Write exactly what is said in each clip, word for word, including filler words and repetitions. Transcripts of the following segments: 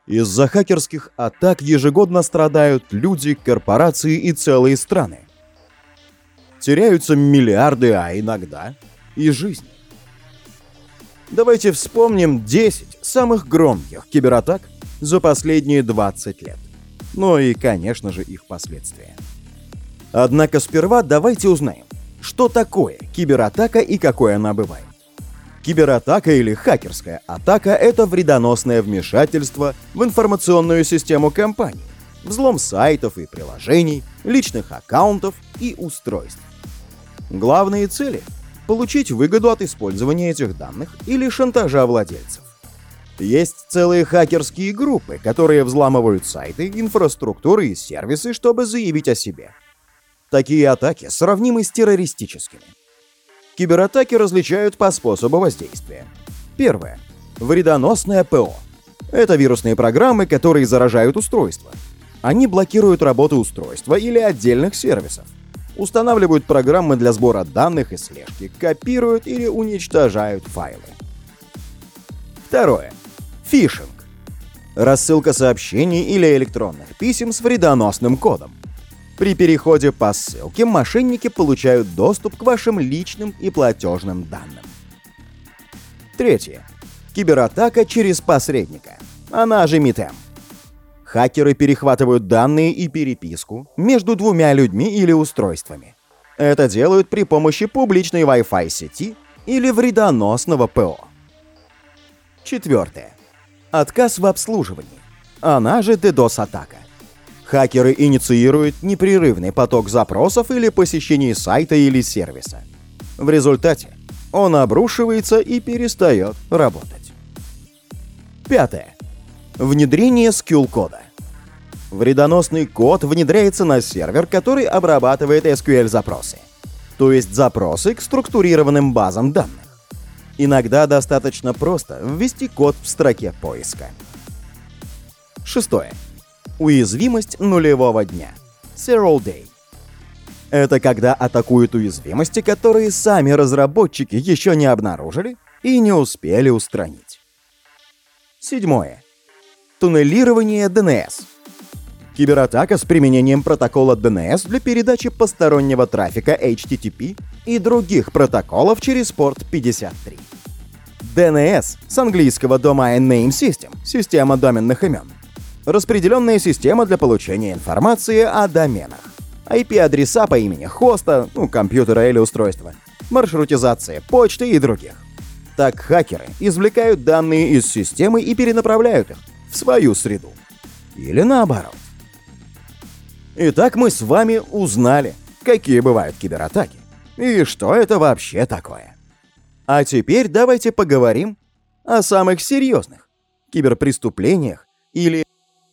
Из-за хакерских атак ежегодно страдают люди, корпорации и целые страны. Теряются миллиарды, а иногда и жизни. Давайте вспомним десять самых громких кибератак за последние двадцать лет. Ну и, конечно же, их последствия. Однако сперва давайте узнаем, что такое кибератака и какой она бывает. Кибератака или хакерская атака — это вредоносное вмешательство в информационную систему компании, взлом сайтов и приложений, личных аккаунтов и устройств. Главные цели — получить выгоду от использования этих данных или шантажа владельцев. Есть целые хакерские группы, которые взламывают сайты, инфраструктуры и сервисы, чтобы заявить о себе. Такие атаки сравнимы с террористическими. Кибератаки различают по способу воздействия. Первое. Вредоносное ПО. Это вирусные программы, которые заражают устройства. Они блокируют работу устройства или отдельных сервисов, устанавливают программы для сбора данных и слежки, копируют или уничтожают файлы. Второе. Фишинг. Рассылка сообщений или электронных писем с вредоносным кодом. При переходе по ссылке мошенники получают доступ к вашим личным и платежным данным. Третье. Кибератака через посредника, она же МИТЭМ. Хакеры перехватывают данные и переписку между двумя людьми или устройствами. Это делают при помощи публичной Wi-Fi сети или вредоносного ПО. Четвертое. Отказ в обслуживании, она же DDoS-атака. Хакеры инициируют непрерывный поток запросов или посещений сайта или сервиса. В результате он обрушивается и перестает работать. Пятое. Внедрение скилл-кода. Вредоносный код внедряется на сервер, который обрабатывает эс кью эль-запросы, то есть запросы к структурированным базам данных. Иногда достаточно просто ввести код в строке поиска. Шестое. Уязвимость нулевого дня. Zero Day. Это когда атакуют уязвимости, которые сами разработчики еще не обнаружили и не успели устранить. Седьмое. Туннелирование ди эн эс. Кибератака с применением протокола ди эн эс для передачи постороннего трафика эйч ти ти пи и других протоколов через порт пятьдесят три. ди эн эс с английского Domain Name System, система доменных имен. Распределенная система для получения информации о доменах. ай пи-адреса по имени хоста, ну, компьютера или устройства, маршрутизация почты и других. Так хакеры извлекают данные из системы и перенаправляют их в свою среду. Или наоборот. Итак, мы с вами узнали, какие бывают кибератаки и что это вообще такое. А теперь давайте поговорим о самых серьезных киберпреступлениях или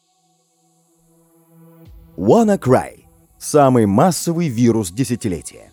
WannaCry – самый массовый вирус десятилетия.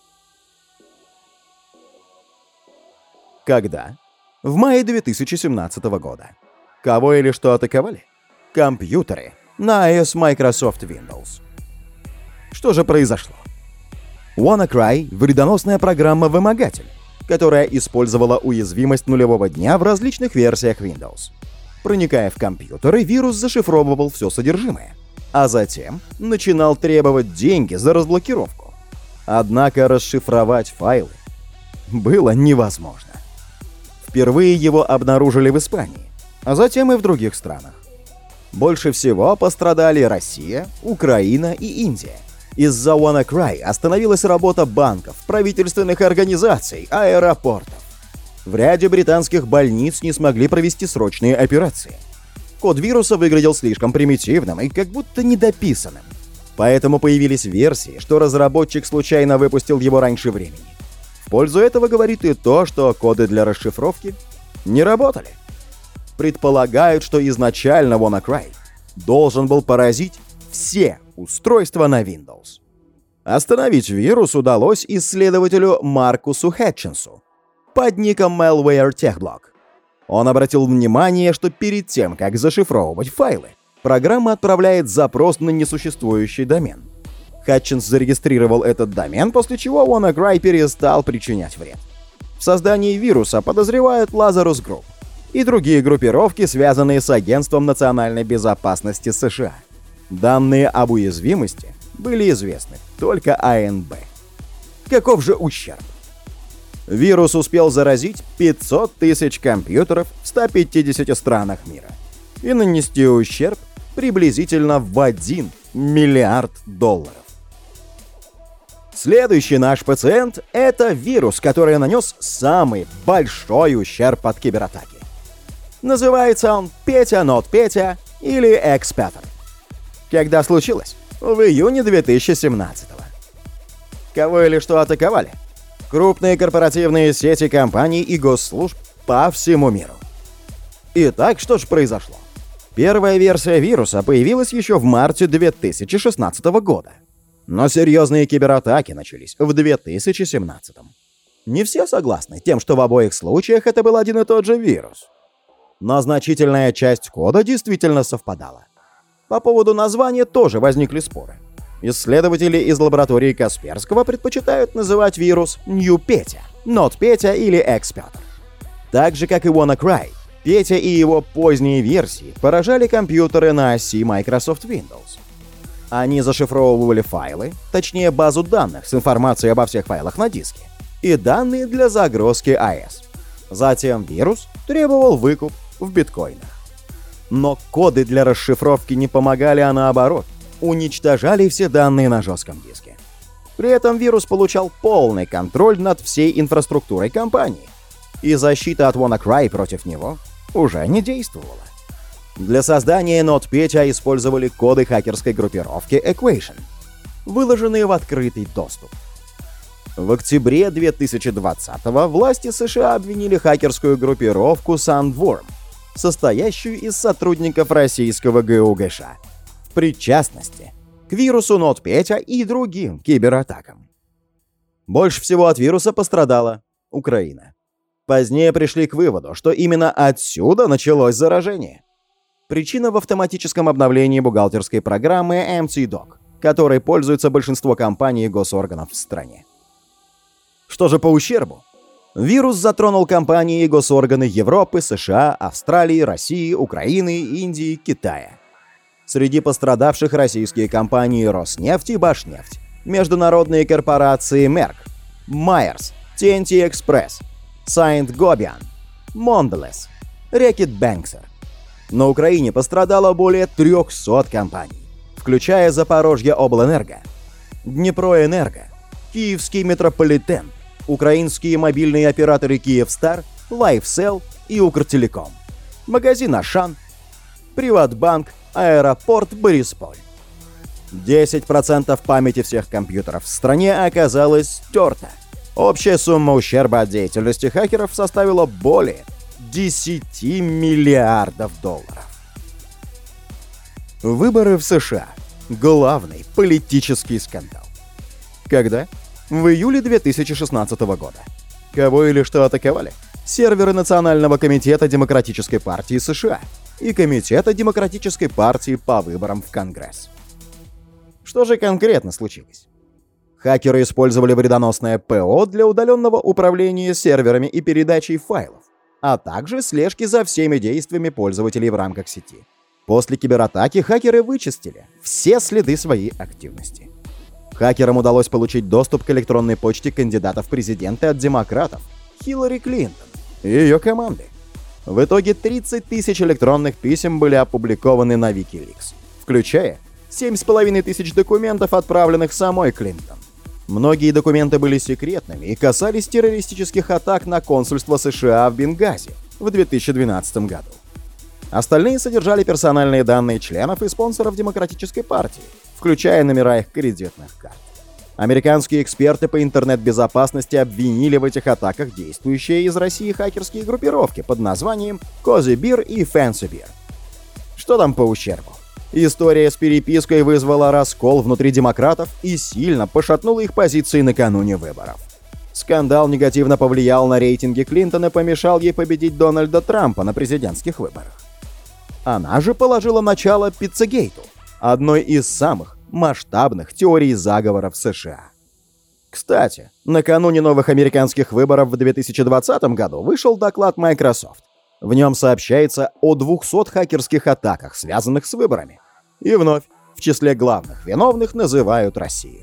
Когда? В мае две тысячи семнадцатого года. Кого или что атаковали? Компьютеры на эй эс Microsoft Windows. Что же произошло? WannaCry – вредоносная программа-вымогатель, которая использовала уязвимость нулевого дня в различных версиях Windows. Проникая в компьютеры, вирус зашифровывал все содержимое, а затем начинал требовать деньги за разблокировку. Однако расшифровать файлы было невозможно. Впервые его обнаружили в Испании, а затем и в других странах. Больше всего пострадали Россия, Украина и Индия. Из-за WannaCry остановилась работа банков, правительственных организаций, аэропортов. В ряде британских больниц не смогли провести срочные операции. Код вируса выглядел слишком примитивным и как будто недописанным. Поэтому появились версии, что разработчик случайно выпустил его раньше времени. В пользу этого говорит и то, что коды для расшифровки не работали. Предполагают, что изначально WannaCry должен был поразить все устройства на Windows. Остановить вирус удалось исследователю Маркусу Хатчинсу под ником Malware TechBlock. Он обратил внимание, что перед тем, как зашифровывать файлы, программа отправляет запрос на несуществующий домен. Хатчинс зарегистрировал этот домен, после чего WannaCry перестал причинять вред. В создании вируса подозревают Lazarus Group, и другие группировки, связанные с Агентством национальной безопасности США. Данные об уязвимости были известны только А Н Б. Каков же ущерб? Вирус успел заразить пятьсот тысяч компьютеров в ста пятидесяти странах мира и нанести ущерб приблизительно в один миллиард долларов. Следующий наш пациент — это вирус, который нанес самый большой ущерб от кибератаки. Называется он Петя Нот Петя или Экспетр. Когда случилось? В июне две тысячи семнадцатого. Кого или что атаковали? Крупные корпоративные сети компаний и госслужб по всему миру. Итак, что же произошло? Первая версия вируса появилась еще в марте две тысячи шестнадцатого года. Но серьезные кибератаки начались в две тысячи семнадцатом. Не все согласны тем, что в обоих случаях это был один и тот же вирус. Но значительная часть кода действительно совпадала. По поводу названия тоже возникли споры. Исследователи из лаборатории Касперского предпочитают называть вирус New Petya, Not Petya или Expetr. Так же, как и WannaCry, Петя и его поздние версии поражали компьютеры на оси Microsoft Windows. Они зашифровывали файлы, точнее базу данных с информацией обо всех файлах на диске, и данные для загрузки А Э С. Затем вирус требовал выкуп в биткоинах. Но коды для расшифровки не помогали, а наоборот, уничтожали все данные на жестком диске. При этом вирус получал полный контроль над всей инфраструктурой компании, и защита от WannaCry против него уже не действовала. Для создания NotPetya использовали коды хакерской группировки Equation, выложенные в открытый доступ. В октябре две тысячи двадцатого власти США обвинили хакерскую группировку Sandworm, состоящую из сотрудников российского Г У Г Ш, в причастности к вирусу NotPetya и другим кибератакам. Больше всего от вируса пострадала Украина. Позднее пришли к выводу, что именно отсюда началось заражение. Причина в автоматическом обновлении бухгалтерской программы эм ти док, которой пользуется большинство компаний и госорганов в стране. Что же по ущербу? Вирус затронул компании и госорганы Европы, США, Австралии, России, Украины, Индии, Китая. Среди пострадавших российские компании Роснефть и Башнефть, международные корпорации Merck, Myers, Ти Эн Ти Express, Saint-Gobain, Mondelez, Reckitt Benckiser. На Украине пострадало более трехсот компаний, включая Запорожье Облэнерго, Днепроэнерго, Киевский метрополитен, украинские мобильные операторы Киевстар, Лайфсел и Укртелеком, магазин Ашан, Приватбанк, аэропорт Борисполь. десять процентов памяти всех компьютеров в стране оказалась стерта. Общая сумма ущерба от деятельности хакеров составила более десяти миллиардов долларов. Выборы в США. Главный политический скандал. Когда? В июле две тысячи шестнадцатого года. Кого или что атаковали? Серверы Национального комитета Демократической партии США и Комитета Демократической партии по выборам в Конгресс. Что же конкретно случилось? Хакеры использовали вредоносное ПО для удаленного управления серверами и передачей файлов, а также слежки за всеми действиями пользователей в рамках сети. После кибератаки хакеры вычистили все следы своей активности. Хакерам удалось получить доступ к электронной почте кандидатов в президенты от демократов Хиллари Клинтон и ее команды. В итоге тридцать тысяч электронных писем были опубликованы на Wikileaks, включая семь с половиной тысяч документов, отправленных самой Клинтон. Многие документы были секретными и касались террористических атак на консульство США в Бенгази в две тысячи двенадцатом году. Остальные содержали персональные данные членов и спонсоров Демократической партии, включая номера их кредитных карт. Американские эксперты по интернет-безопасности обвинили в этих атаках действующие из России хакерские группировки под названием Cozy Bear и Fancy Bear. Что там по ущербу? История с перепиской вызвала раскол внутри демократов и сильно пошатнула их позиции накануне выборов. Скандал негативно повлиял на рейтинги Клинтон и помешал ей победить Дональда Трампа на президентских выборах. Она же положила начало Пиццагейту, одной из самых масштабных теорий заговора в США. Кстати, накануне новых американских выборов в две тысячи двадцатом году вышел доклад Microsoft, В нем сообщается о двухсот хакерских атаках, связанных с выборами. И вновь в числе главных виновных называют Россию.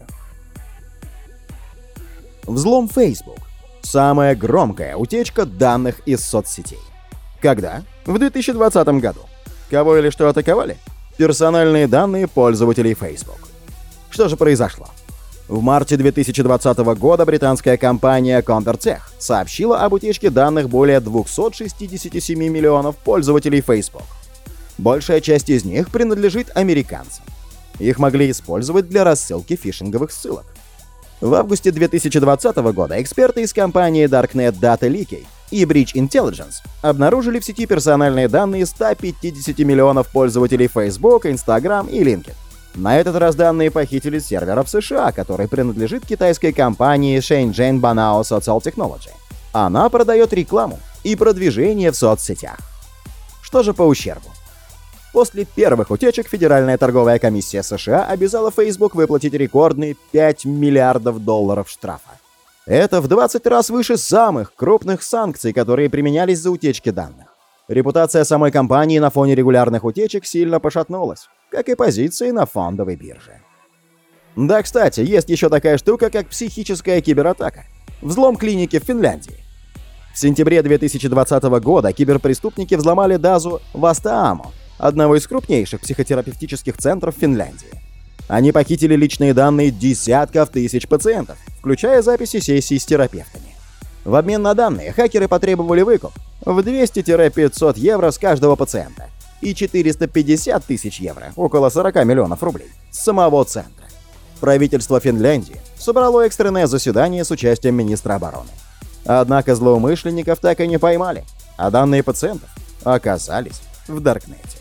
Взлом Facebook. Самая громкая утечка данных из соцсетей. Когда? В две тысячи двадцатом году. Кого или что атаковали? Персональные данные пользователей Facebook. Что же произошло? В марте две тысячи двадцатого года британская компания Convertech сообщила об утечке данных более двухсот шестидесяти семи миллионов пользователей Facebook. Большая часть из них принадлежит американцам. Их могли использовать для рассылки фишинговых ссылок. В августе две тысячи двадцатого года эксперты из компании Darknet Data Leaky и Breach Intelligence обнаружили в сети персональные данные ста пятидесяти миллионов пользователей Facebook, Instagram и LinkedIn. На этот раз данные похитили с серверов США, который принадлежит китайской компании Shenzhen Banao Social Technology. Она продает рекламу и продвижение в соцсетях. Что же по ущербу? После первых утечек Федеральная торговая комиссия США обязала Facebook выплатить рекордные пять миллиардов долларов штрафа. Это в двадцать раз выше самых крупных санкций, которые применялись за утечки данных. Репутация самой компании на фоне регулярных утечек сильно пошатнулась, как и позиции на фондовой бирже. Да, кстати, есть еще такая штука, как психическая кибератака. Взлом клиники в Финляндии. В сентябре две тысячи двадцатого года киберпреступники взломали базу Vastaamo, одного из крупнейших психотерапевтических центров Финляндии. Они похитили личные данные десятков тысяч пациентов, включая записи сессий с терапевтами. В обмен на данные хакеры потребовали выкуп в двести-пятьсот евро с каждого пациента и четыреста пятьдесят тысяч евро, около сорока миллионов рублей, с самого центра. Правительство Финляндии собрало экстренное заседание с участием министра обороны. Однако злоумышленников так и не поймали, а данные пациентов оказались в Даркнете.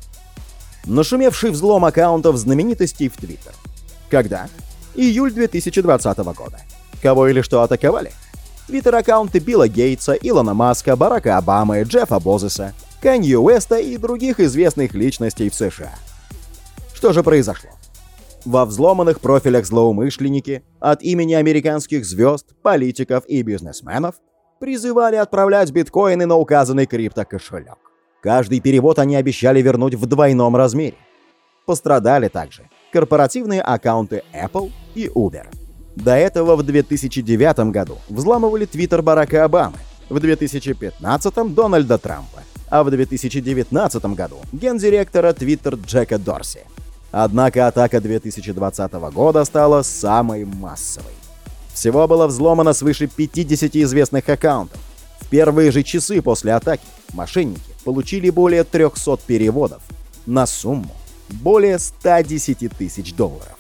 Нашумевший взлом аккаунтов знаменитостей в Твиттер. Когда? Июль две тысячи двадцатого года. Кого или что атаковали? Твиттер-аккаунты Билла Гейтса, Илона Маска, Барака Обамы, Джеффа Безоса, Канье Уэста и других известных личностей в США. Что же произошло? Во взломанных профилях злоумышленники от имени американских звезд, политиков и бизнесменов призывали отправлять биткоины на указанный криптокошелек. Каждый перевод они обещали вернуть в двойном размере. Пострадали также корпоративные аккаунты Apple и Uber. До этого в две тысячи девятом году взламывали Твиттер Барака Обамы, в две тысячи пятнадцатом — Дональда Трампа, а в две тысячи девятнадцатом году гендиректора Твиттер Джека Дорси. Однако атака две тысячи двадцатого года стала самой массовой. Всего было взломано свыше пятидесяти известных аккаунтов. В первые же часы после атаки мошенники получили более трехсот переводов на сумму более ста десяти тысяч долларов.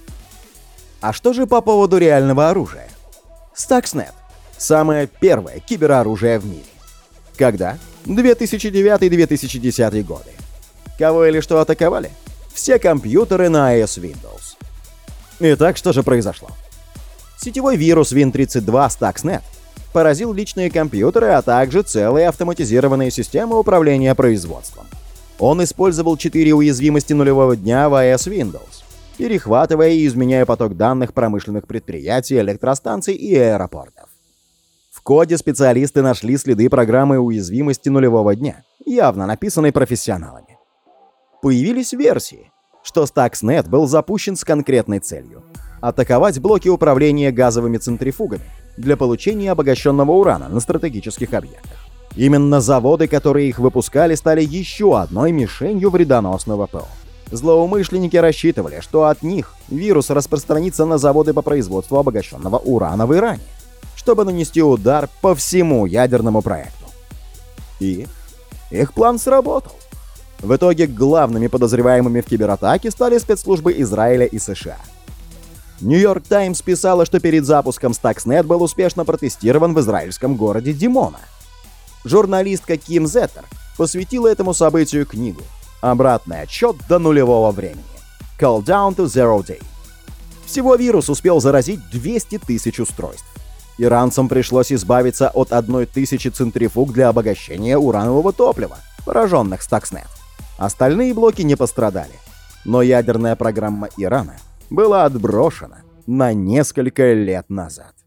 А что же по поводу реального оружия? Stuxnet — самое первое кибероружие в мире. Когда? две тысячи девятый — две тысячи десятый годы. Кого или что атаковали? Все компьютеры на эй эс Windows. Итак, что же произошло? Сетевой вирус Вин тридцать два Stuxnet поразил личные компьютеры, а также целые автоматизированные системы управления производством. Он использовал четыре уязвимости нулевого дня в эй эс Windows, перехватывая и изменяя поток данных промышленных предприятий, электростанций и аэропортов. В коде специалисты нашли следы программы уязвимости нулевого дня, явно написанной профессионалами. Появились версии, что Stuxnet был запущен с конкретной целью — атаковать блоки управления газовыми центрифугами для получения обогащенного урана на стратегических объектах. Именно заводы, которые их выпускали, стали еще одной мишенью вредоносного ПО. Злоумышленники рассчитывали, что от них вирус распространится на заводы по производству обогащенного урана в Иране, чтобы нанести удар по всему ядерному проекту. И их план сработал. В итоге главными подозреваемыми в кибератаке стали спецслужбы Израиля и США. Нью-Йорк Таймс писала, что перед запуском Stuxnet был успешно протестирован в израильском городе Димона. Журналистка Ким Зеттер посвятила этому событию книгу «Обратный отсчет до нулевого времени» (Countdown to Zero Day). Всего вирус успел заразить двести тысяч устройств. Иранцам пришлось избавиться от одной тысячи центрифуг для обогащения уранового топлива, пораженных Stuxnet. Остальные блоки не пострадали, но ядерная программа Ирана была отброшена на несколько лет назад.